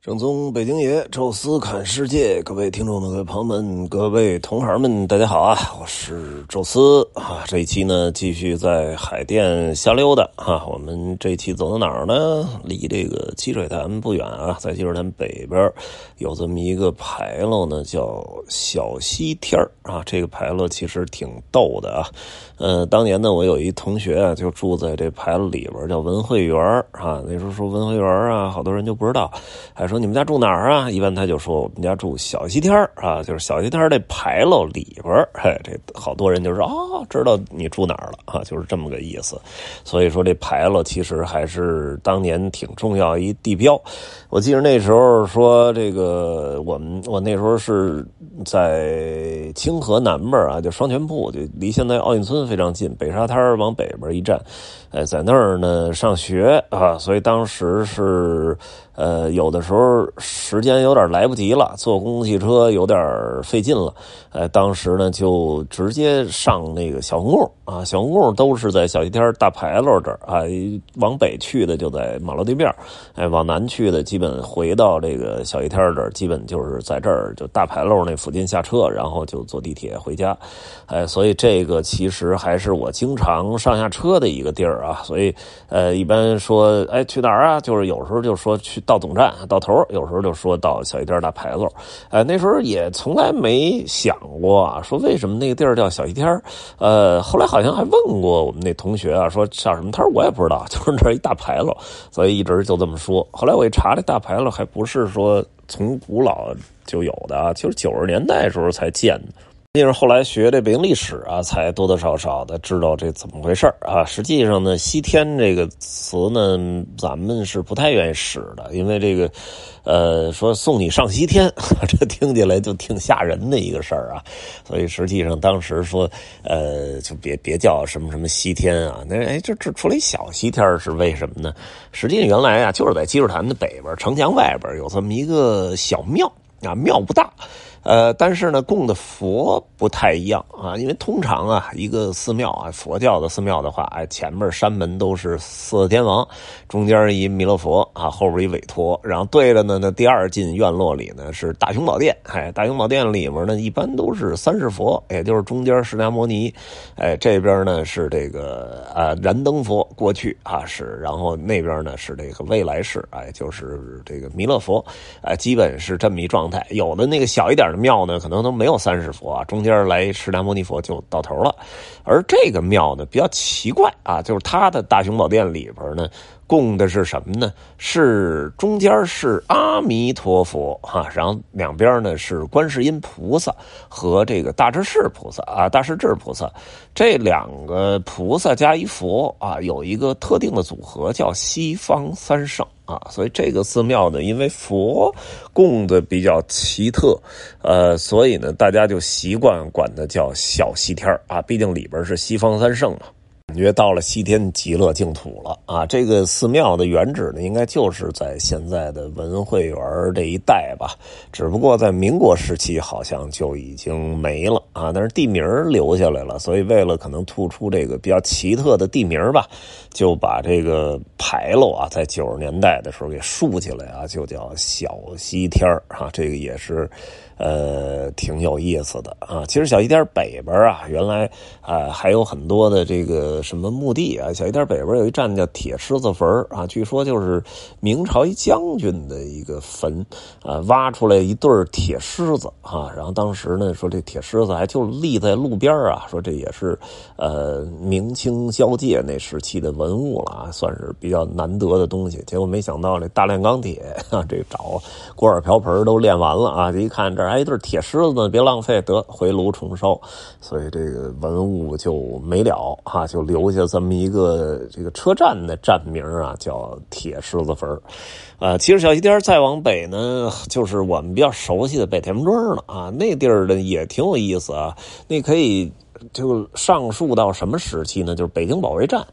正宗北京爷，宙斯看世界，各位听众的各位朋友们，各位同行们，大家好啊！我是宙斯啊。这一期呢，继续在海淀瞎溜达啊。我们这一期走到哪儿呢？离这个积水潭不远啊，在积水潭北边有这么一个牌楼呢，叫小西天啊。这个牌楼其实挺逗的啊。当年呢，我有一同学啊，就住在这牌楼里边，叫文汇园啊。那时候说文汇园啊，好多人就不知道，还说你们家住哪儿啊？一般他就说我们家住小西天啊，就是小西天这牌楼里边。这好多人就说知道你住哪儿了啊，就是这么个意思。所以说这牌楼其实还是当年挺重要一地标。我记得那时候说这个我那时候是在清河南边啊，就双泉铺，就离现在奥运村非常近，北沙滩往北边一站，在那儿呢上学啊，所以当时是有的时候时间有点来不及了，坐公共汽车有点费劲了，当时呢就直接上那个小红cung啊，小红cung都是在小西天大牌楼这儿啊，往北去的就在马路对面，往南去的基本回到这个小西天这儿，基本就是在这儿就大牌楼那附近下车，然后就坐地铁回家，所以这个其实还是我经常上下车的一个地儿啊，所以一般说去哪儿啊，就是有时候就说去到总站到头，有时候就说到小西天大牌楼，那时候也从来没想过啊，说为什么那个地儿叫小西天，后来好像还问过我们那同学啊，说叫什么，他说我也不知道，就是这一大牌楼，所以一直就这么说。后来我一查，这大牌楼还不是说从古老就有的啊，就是90年代的时候才建的。那是后来学这北京历史啊，才多多少少的知道这怎么回事啊。实际上呢，西天这个词呢，咱们是不太愿意使的，因为这个说送你上西天，这听起来就挺吓人的一个事儿啊。所以实际上当时说就别叫什么什么西天啊，那这出来一小西天是为什么呢？实际上原来啊，就是在积水潭的北边城墙外边有这么一个小庙啊，庙不大。但是呢，供的佛不太一样啊，因为通常啊，一个寺庙啊，佛教的寺庙的话，前面山门都是四天王，中间一弥勒佛啊，后边一韦陀，然后对着呢，那第二进院落里呢是大雄宝殿，大雄宝殿里面呢一般都是三世佛，也就是中间释迦牟尼，这边呢是这个燃灯佛，过去啊是，然后那边呢是这个未来世，就是这个弥勒佛，基本是这么一状态。有的那个小一点的庙呢，可能都没有三世佛啊，中间来释迦牟尼佛就到头了。而这个庙呢比较奇怪啊，就是它的大雄宝殿里边呢供的是什么呢？是中间是阿弥陀佛哈，然后两边呢是观世音菩萨和这个大势至菩萨啊，大势至菩萨，这两个菩萨加一佛啊，有一个特定的组合叫西方三圣啊，所以这个寺庙呢，因为佛供的比较奇特，所以呢大家就习惯管它叫小西天啊，毕竟里边是西方三圣嘛。感觉到了西天极乐净土了啊！这个寺庙的原址呢，应该就是在现在的文汇园这一带吧，只不过在民国时期好像就已经没了啊，但是地名留下来了，所以为了可能突出这个比较奇特的地名吧，就把这个牌楼啊，在90年代的时候给竖起来啊，就叫小西天啊，这个也是挺有意思的啊。其实小西天北边啊，原来还有很多的这个什么墓地啊，小西天北边有一站叫铁狮子坟啊，据说就是明朝一将军的一个坟啊，挖出来一对铁狮子啊，然后当时呢说这铁狮子还就立在路边啊，说这也是明清交界那时期的文物了啊，算是比较难得的东西。结果没想到这大炼钢铁啊，这找锅碗瓢盆都炼完了啊，这一看这一对铁狮子呢，别浪费，得回炉重烧，所以这个文物就没了啊，就留下这么一个这个车站的站名啊，叫铁狮子坟。其实小西天再往北呢，就是我们比较熟悉的北田庄了啊，那地儿呢也挺有意思啊，那可以就上溯到什么时期呢？就是北京保卫战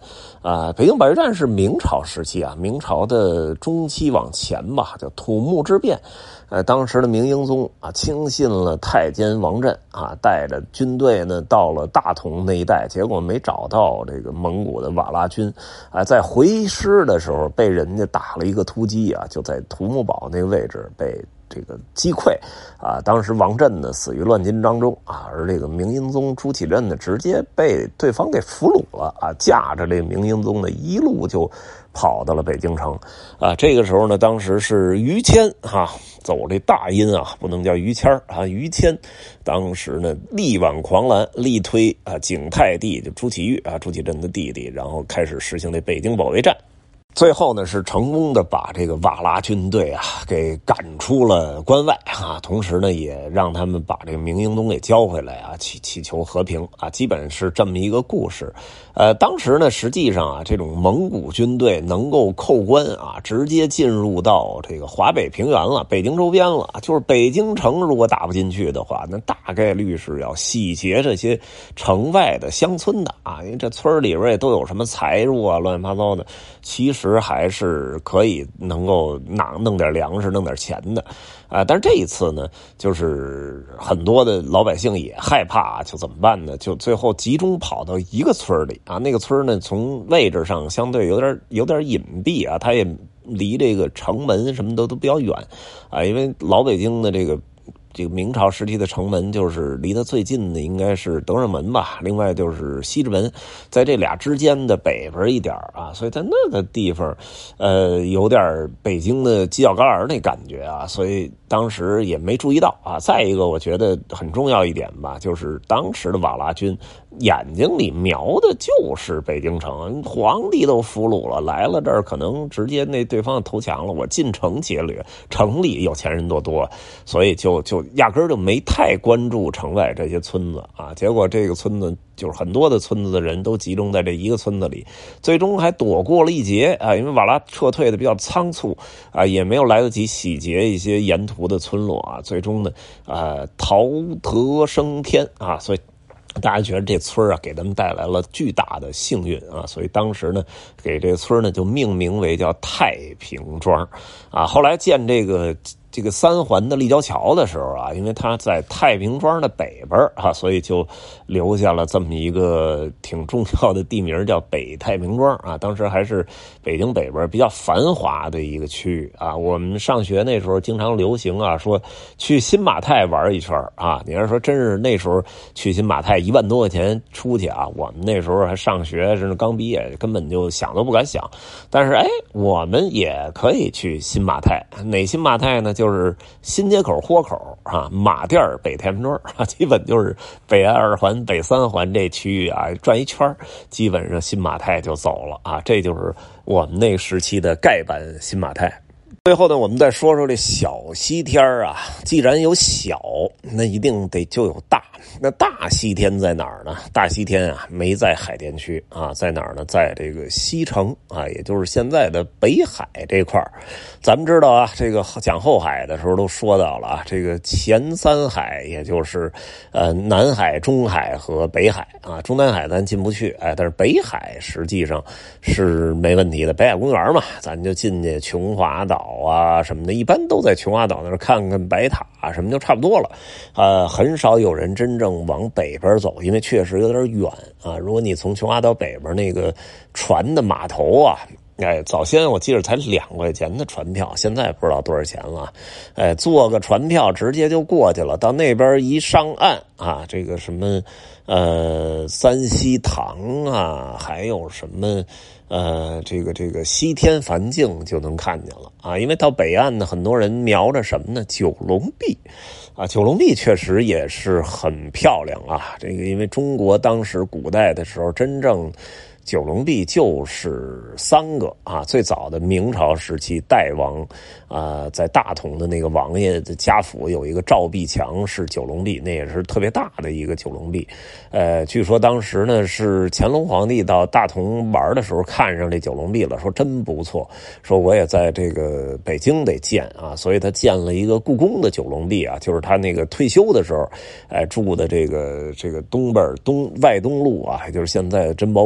北京保卫战是明朝时期啊，明朝的中期往前吧，叫土木之变。当时的明英宗啊，轻信了太监王振啊，带着军队呢到了大同那一带，结果没找到这个蒙古的瓦剌军啊，在回师的时候被人家打了一个突击啊，就在土木堡那个位置被这个击溃啊，当时王振呢死于乱军当中啊，而这个明英宗朱祁镇呢直接被对方给俘虏了啊，驾着这明英宗呢一路就跑到了北京城啊。这个时候呢，当时是于谦走这大音啊，不能叫于谦啊，于谦当时呢力挽狂澜，力推景泰帝就朱祁钰啊，朱祁镇的弟弟，然后开始实行这北京保卫战。最后呢，是成功的把这个瓦剌军队啊给赶出了关外啊，同时呢，也让他们把这个明英宗给交回来啊，祈求和平啊，基本是这么一个故事。当时呢，实际上啊，这种蒙古军队能够扣关啊，直接进入到这个华北平原了，北京周边了，就是北京城如果打不进去的话，那大概率是要洗劫这些城外的乡村的啊，因为这村里边也都有什么财物啊，乱七八糟的，其实还是可以能够弄点粮食，弄点钱的啊。但是这一次呢，就是很多的老百姓也害怕，就怎么办呢？就最后集中跑到一个村里啊，那个村呢从位置上相对有点隐蔽啊，它也离这个城门什么都比较远啊，因为老北京的这个明朝时期的城门，就是离它最近的应该是德胜门吧，另外就是西直门，在这俩之间的北边一点啊，所以在那个地方有点北京的犄角旮旯那感觉啊，所以当时也没注意到啊。再一个我觉得很重要一点吧，就是当时的瓦剌军眼睛里瞄的就是北京城，皇帝都俘虏了，来了这儿可能直接那对方投降了，我进城劫掠，城里有钱人多，所以就压根儿就没太关注城外这些村子啊。结果这个村子就是很多的村子的人都集中在这一个村子里，最终还躲过了一劫啊，因为瓦剌撤退的比较仓促啊，也没有来得及洗劫一些沿途的村落啊，最终呢逃得升天啊，所以大家觉得这村啊给他们带来了巨大的幸运啊，所以当时呢给这个村呢就命名为叫太平庄啊。后来建这个三环的立交桥的时候啊，因为它在太平庄的北边啊，所以就留下了这么一个挺重要的地名叫北太平庄啊。当时还是北京北边比较繁华的一个区域啊。我们上学那时候经常流行啊，说去新马泰玩一圈啊。你要说真是那时候去新马泰1万多块钱出去啊，我们那时候还上学，甚至刚毕业，根本就想都不敢想。但是我们也可以去新马泰，哪新马泰呢？就是新街口豁口啊，马甸北太平庄啊，基本就是北2环北3环这区域啊，转一圈基本上新马泰就走了啊。这就是我们那个时期的盖版新马泰。最后呢，我们再说说这小西天啊，既然有小，那一定得就有大。那大西天在哪儿呢？大西天啊，没在海淀区啊，在哪儿呢？在这个西城啊，也就是现在的北海这块儿。咱们知道啊，这个讲后海的时候都说到了啊，这个前3海，也就是南海、中海和北海啊。中南海咱进不去，但是北海实际上是没问题的。北海公园嘛，咱就进去琼华岛啊什么的，一般都在琼华岛那儿看看白塔什么就差不多了。很少有人真正往北边走，因为确实有点远啊。如果你从琼华岛北边那个船的码头啊，早先我记得才2块钱的船票，现在不知道多少钱了。坐个船票直接就过去了，到那边一上岸啊，这个什么三希堂啊，还有什么这个西天梵境就能看见了啊。因为到北岸呢，很多人瞄着什么呢？九龙壁啊，九龙壁确实也是很漂亮啊。这个因为中国当时古代的时候，真正九龙壁就是3个啊。最早的明朝时期，代王在大同的那个王爷的家府有一个照壁墙是九龙壁，那也是特别大的一个九龙壁。据说当时呢是乾隆皇帝到大同玩的时候看上这九龙壁了，说真不错，说我也在这个北京得建啊，所以他建了一个故宫的九龙壁啊，就是他那个退休的时候住的这个东边外东路啊，也就是现在的珍宝馆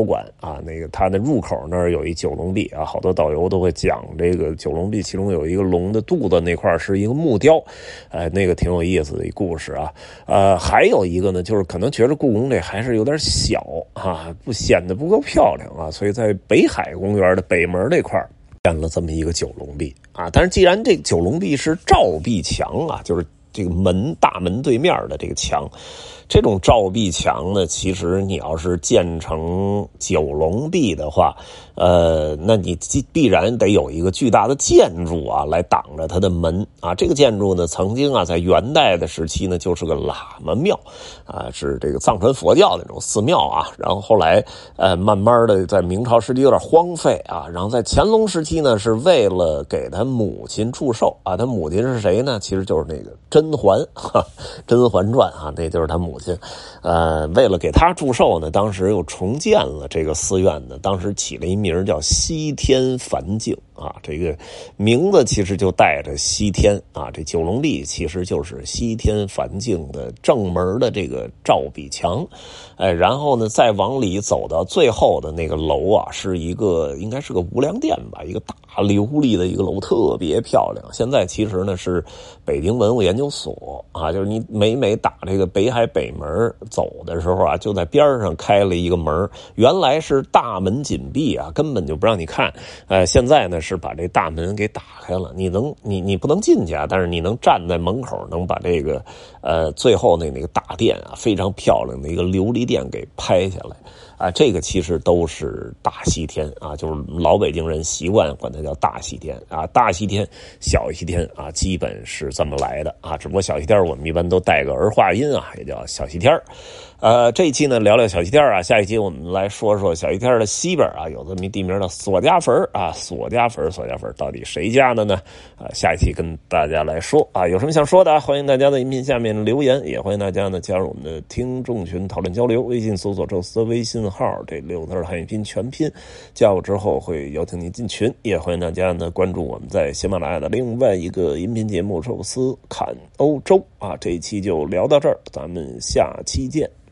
啊，那个它的入口那儿有一九龙壁啊，好多导游都会讲这个九龙壁，其中有一个龙的肚子那块是一个木雕，那个挺有意思的一故事啊。还有一个呢，就是可能觉得故宫这还是有点小啊，显得不够漂亮啊，所以在北海公园的北门那块建了这么一个九龙壁啊。但是既然这个九龙壁是照壁墙啊，就是这个大门对面的这个墙，这种照壁墙呢，其实你要是建成九龙壁的话，那你必然得有一个巨大的建筑啊，来挡着它的门啊。这个建筑呢，曾经啊，在元代的时期呢，就是个喇嘛庙啊，是这个藏传佛教的那种寺庙啊。然后后来慢慢的在明朝时期有点荒废啊，然后在乾隆时期呢，是为了给他母亲祝寿啊，他母亲是谁呢？其实就是那个甄嬛，《甄嬛传》啊，那就是他母亲。为了给他祝寿呢，当时又重建了这个寺院呢，当时起了一名叫西天梵净啊，这个名字其实就带着西天啊，这九龙壁其实就是西天梵净的正门的这个照壁墙。然后呢，再往里走到最后的那个楼啊，是一个应该是个无量殿吧，一个大琉璃的一个楼，特别漂亮。现在其实呢是北京文物研究所啊，就是你每打这个北海北门走的时候啊，就在边上开了一个门，原来是大门紧闭啊，根本就不让你看。现在呢是把这大门给打开了，你不能进去啊，但是你能站在门口，能把这个最后那个大殿啊，非常漂亮的一个琉璃殿给拍下来啊。这个其实都是大西天啊，就是老北京人习惯管它叫大西天啊，大西天、小西天啊，基本是这么来的啊。只不过小西天我们一般都带个儿化音啊，也叫小西天。这一期呢聊聊小西天啊，下一期我们来说说小西天的西边啊，有这么一地名叫索家坟啊，索家坟到底谁家的呢？下一期跟大家来说啊，有什么想说的啊，欢迎大家在音频下面留言，也欢迎大家呢加入我们的听众群讨论交流。微信搜索宙斯微信号，这6字汉语拼全拼，加我之后会邀请你进群，也欢迎大家呢关注我们在喜马拉雅的另外一个音频节目宙斯侃欧洲啊。这一期就聊到这儿，咱们下期见。